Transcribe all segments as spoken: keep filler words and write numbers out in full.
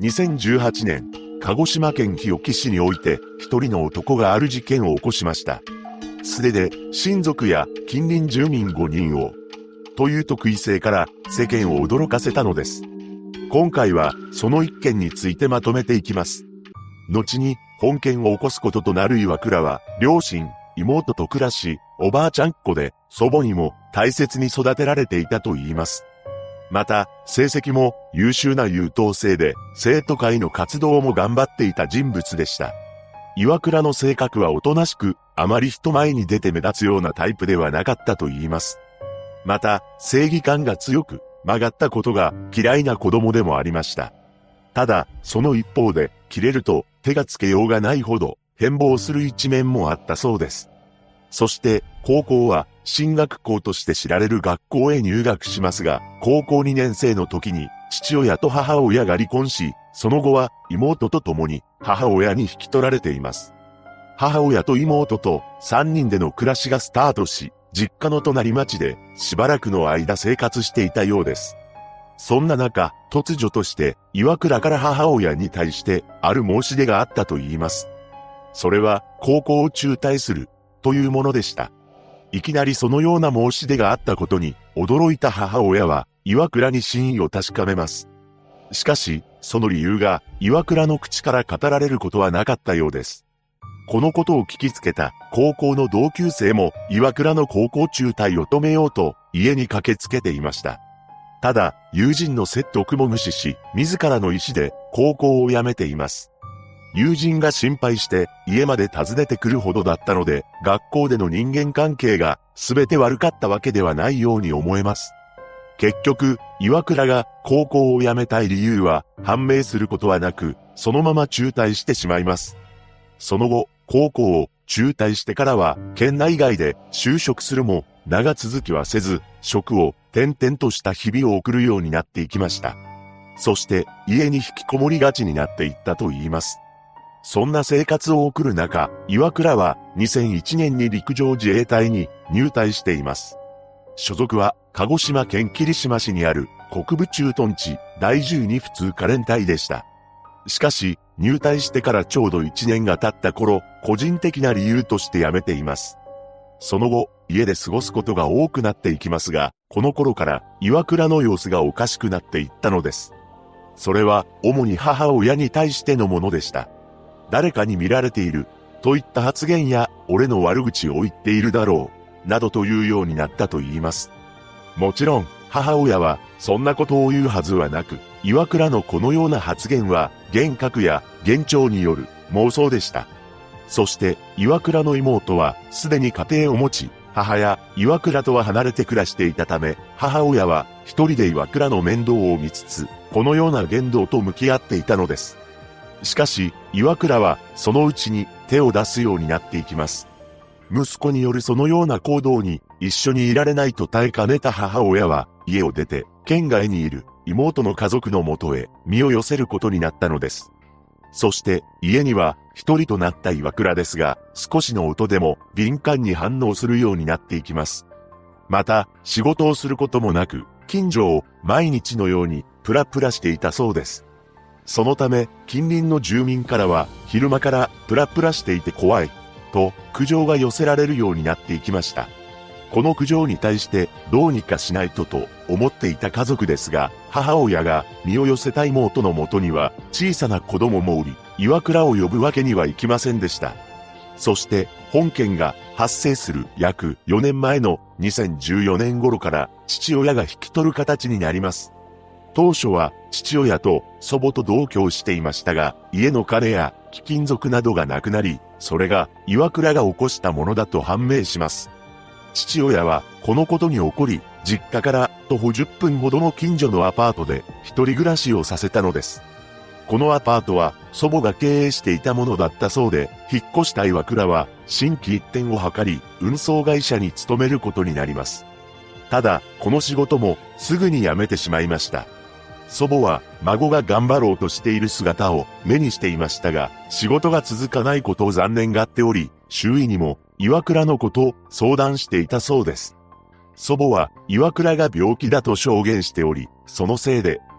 にせんじゅうはちねん、鹿児島県日置市において、一人の男がある事件を起こしました。素手で、親族や近隣住民ごにんを、という特異性から世間を驚かせたのです。今回は、その一件についてまとめていきます。後に、本件を起こすこととなる岩倉は、両親、妹と暮らし、おばあちゃんっ子で、祖母にも大切に育てられていたと言います。また、成績も優秀な優等生で、生徒会の活動も頑張っていた人物でした。岩倉の性格はおとなしく、あまり人前に出て目立つようなタイプではなかったと言います。また、正義感が強く、曲がったことが嫌いな子供でもありました。ただ、その一方で、切れると手がつけようがないほど、変貌する一面もあったそうです。そして、高校は、進学校として知られる学校へ入学しますが、高校にねん生の時に、父親と母親が離婚し、その後は、妹と共に、母親に引き取られています。母親と妹と、さんにんでの暮らしがスタートし、実家の隣町で、しばらくの間生活していたようです。そんな中、突如として、岩倉から母親に対して、ある申し出があったと言います。それは、高校を中退する、というものでした。いきなりそのような申し出があったことに、驚いた母親は、岩倉に真意を確かめます。しかし、その理由が、岩倉の口から語られることはなかったようです。このことを聞きつけた、高校の同級生も、岩倉の高校中退を止めようと、家に駆けつけていました。ただ、友人の説得も無視し、自らの意思で、高校を辞めています。友人が心配して家まで訪ねてくるほどだったので、学校での人間関係が全て悪かったわけではないように思えます。結局、岩倉が高校を辞めたい理由は判明することはなく、そのまま中退してしまいます。その後、高校を中退してからは県内外で就職するも長続きはせず、職を転々とした日々を送るようになっていきました。そして家に引きこもりがちになっていったと言います。そんな生活を送る中、岩倉はにせんいちねんに陸上自衛隊に入隊しています。所属は鹿児島県霧島市にある国部駐屯地だいじゅうに普通科連隊でした。しかし、入隊してからちょうどいちねんが経った頃、個人的な理由として辞めています。その後、家で過ごすことが多くなっていきますが、この頃から岩倉の様子がおかしくなっていったのです。それは主に母親に対してのものでした。誰かに見られている、といった発言や、俺の悪口を言っているだろう、などというようになったと言います。もちろん、母親は、そんなことを言うはずはなく、岩倉のこのような発言は、幻覚や幻聴による妄想でした。そして、岩倉の妹は、すでに家庭を持ち、母や岩倉とは離れて暮らしていたため、母親は、一人で岩倉の面倒を見つつ、このような言動と向き合っていたのです。しかし、岩倉はそのうちに手を出すようになっていきます。息子によるそのような行動に一緒にいられないと耐えかねた母親は家を出て県外にいる妹の家族のもとへ身を寄せることになったのです。そして家には一人となった岩倉ですが、少しの音でも敏感に反応するようになっていきます。また、仕事をすることもなく、近所を毎日のようにプラプラしていたそうです。そのため、近隣の住民からは、昼間からプラプラしていて怖い、と苦情が寄せられるようになっていきました。この苦情に対してどうにかしないとと思っていた家族ですが、母親が身を寄せた妹のもとには小さな子供もおり、岩倉を呼ぶわけにはいきませんでした。そして本件が発生する約よねんまえのにせんじゅうよねん頃から父親が引き取る形になります。当初は父親と祖母と同居をしていましたが、家の金や貴金属などがなくなり、それが岩倉が起こしたものだと判明します。父親はこのことに怒り、実家から徒歩じゅっぷんほどの近所のアパートで一人暮らしをさせたのです。このアパートは祖母が経営していたものだったそうで、引っ越した岩倉は心機一転を図り、運送会社に勤めることになります。ただ、この仕事もすぐに辞めてしまいました。祖母は孫が頑張ろうとしている姿を目にしていましたが、仕事が続かないことを残念がっており、周囲にも岩倉のことを相談していたそうです。祖母は岩倉が病気だと証言しており、そのせいで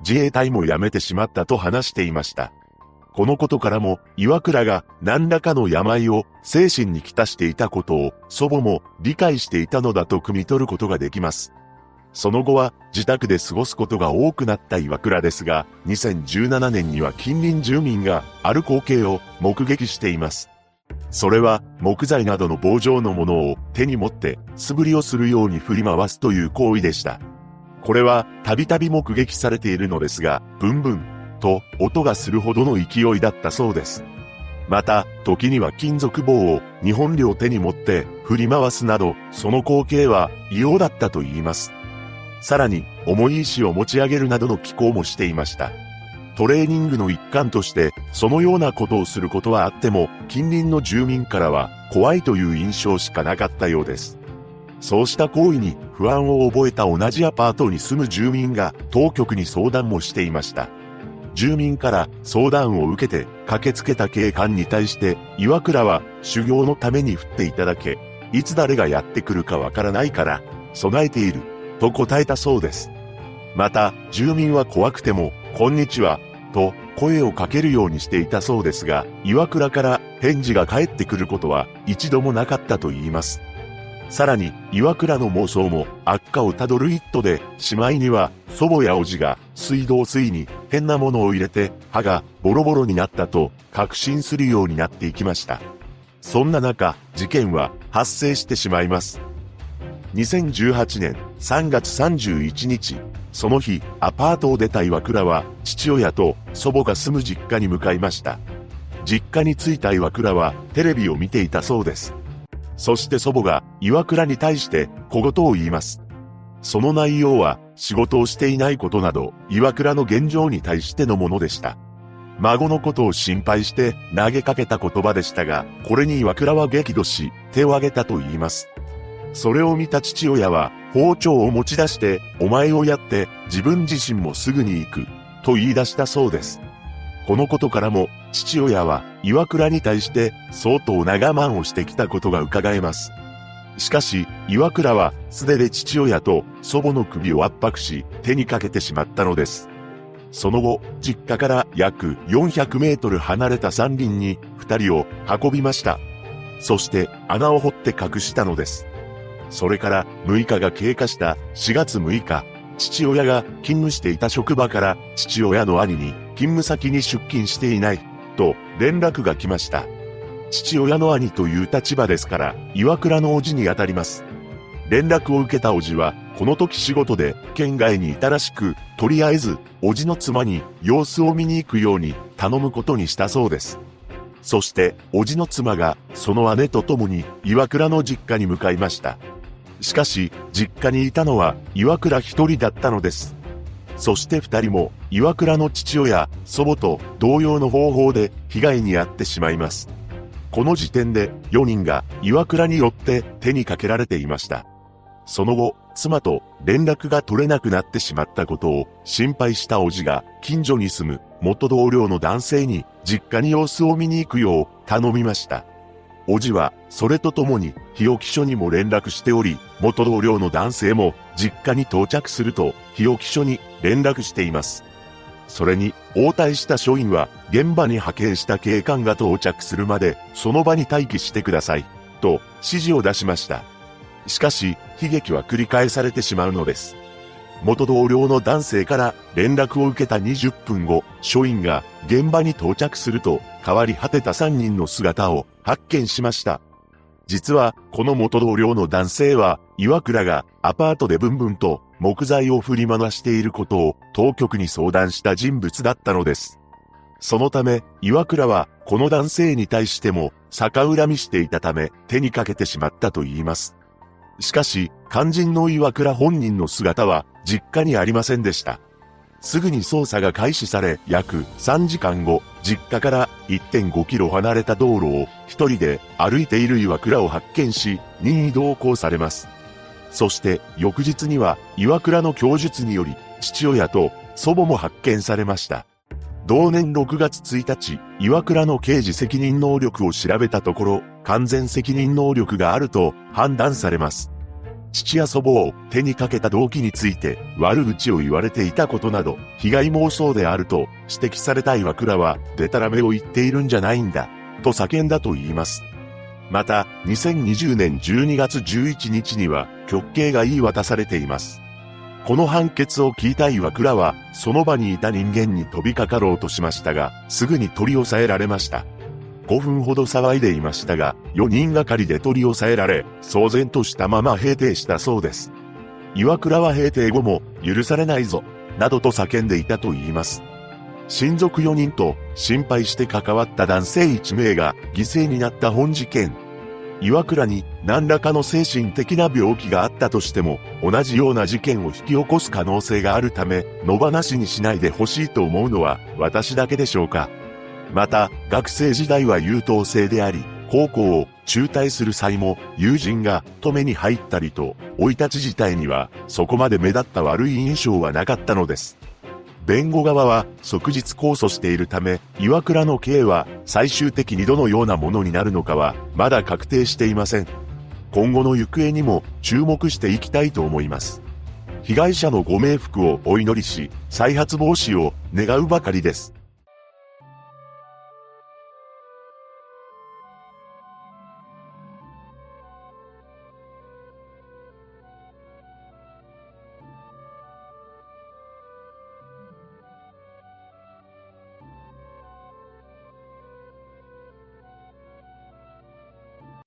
自衛隊も辞めてしまったと話していました。このことからも、岩倉が何らかの病を精神にきたしていたことを祖母も理解していたのだと汲み取ることができます。その後は自宅で過ごすことが多くなった岩倉ですが、にせんじゅうななねんには近隣住民がある光景を目撃しています。それは木材などの棒状のものを手に持って素振りをするように振り回すという行為でした。これはたびたび目撃されているのですが、ブンブンと音がするほどの勢いだったそうです。また、時には金属棒をにほん両手に持って振り回すなど、その光景は異様だったと言います。さらに、重い石を持ち上げるなどの奇行もしていました。トレーニングの一環として、そのようなことをすることはあっても、近隣の住民からは怖いという印象しかなかったようです。そうした行為に不安を覚えた同じアパートに住む住民が当局に相談もしていました。住民から相談を受けて駆けつけた警官に対して岩倉は修行のために振っていただけ、いつ誰がやってくるかわからないから備えていると答えたそうです。また住民は怖くてもこんにちはと声をかけるようにしていたそうですが、岩倉から返事が返ってくることは一度もなかったと言います。さらに、岩倉の妄想も悪化をたどる一途で、しまいには祖母や叔父が水道水に変なものを入れて歯がボロボロになったと確信するようになっていきました。そんな中、事件は発生してしまいます。にせんじゅうはちねんさんがつさんじゅういちにち、その日、アパートを出た岩倉は父親と祖母が住む実家に向かいました。実家に着いた岩倉はテレビを見ていたそうです。そして祖母が岩倉に対して小言を言います。その内容は仕事をしていないことなど岩倉の現状に対してのものでした。孫のことを心配して投げかけた言葉でしたが、これに岩倉は激怒し手を挙げたと言います。それを見た父親は包丁を持ち出してお前をやって自分自身もすぐに行くと言い出したそうです。このことからも父親は岩倉に対して相当な我慢をしてきたことが伺えます。しかし岩倉は素手で父親と祖母の首を圧迫し手にかけてしまったのです。その後、実家から約よんひゃくメートル離れた山林に二人を運びました。そして穴を掘って隠したのです。それからむいかが経過したしがつむいか、父親が勤務していた職場から父親の兄に勤務先に出勤していないと連絡が来ました。父親の兄という立場ですから岩倉の叔父に当たります。連絡を受けた叔父はこの時仕事で県外にいたらしく、とりあえず叔父の妻に様子を見に行くように頼むことにしたそうです。そして叔父の妻がその姉と共に岩倉の実家に向かいました。しかし、実家にいたのは岩倉一人だったのです。そして二人も岩倉の父親、祖母と同様の方法で被害に遭ってしまいます。この時点でよにんが岩倉によって手にかけられていました。その後、妻と連絡が取れなくなってしまったことを心配した叔父が近所に住む元同僚の男性に実家に様子を見に行くよう頼みました。叔父はそれとともに日置署にも連絡しており、元同僚の男性も実家に到着すると日置署に連絡しています。それに応対した署員は現場に派遣した警官が到着するまでその場に待機してくださいと指示を出しました。しかし悲劇は繰り返されてしまうのです。元同僚の男性から連絡を受けたにじゅっぷんご、署員が現場に到着すると変わり果てたさんにんの姿を発見しました。実はこの元同僚の男性は岩倉がアパートでブンブンと木材を振り回していることを当局に相談した人物だったのです。そのため岩倉はこの男性に対しても逆恨みしていたため手にかけてしまったと言います。しかし肝心の岩倉本人の姿は実家にありませんでした。すぐに捜査が開始され約さんじかんご、実家から いってんごキロ離れた道路を一人で歩いている岩倉を発見し任意同行されます。そして翌日には岩倉の供述により父親と祖母も発見されました。同年ろくがつついたち、岩倉の刑事責任能力を調べたところ完全責任能力があると判断されます。 父や祖母を手にかけた動機について悪口を言われていたことなど、被害妄想であると指摘された岩倉は、デタラメを言っているんじゃないんだ、と叫んだと言います。また、にせんにじゅうねんじゅうにがつじゅういちにちには、極刑が言い渡されています。この判決を聞いた岩倉は、その場にいた人間に飛びかかろうとしましたが、すぐに取り押さえられました。ごふんほど騒いでいましたが、よにんがかりで取り押さえられ、騒然としたまま閉廷したそうです。岩倉は閉廷後も、許されないぞ、などと叫んでいたと言います。親族よにんと心配して関わった男性いちめいが犠牲になった本事件。岩倉に何らかの精神的な病気があったとしても、同じような事件を引き起こす可能性があるため、野放しにしないでほしいと思うのは私だけでしょうか。また、学生時代は優等生であり、高校を中退する際も友人が止めに入ったりと、生い立ち自体にはそこまで目立った悪い印象はなかったのです。弁護側は即日控訴しているため、岩倉の刑は最終的にどのようなものになるのかはまだ確定していません。今後の行方にも注目していきたいと思います。被害者のご冥福をお祈りし、再発防止を願うばかりです。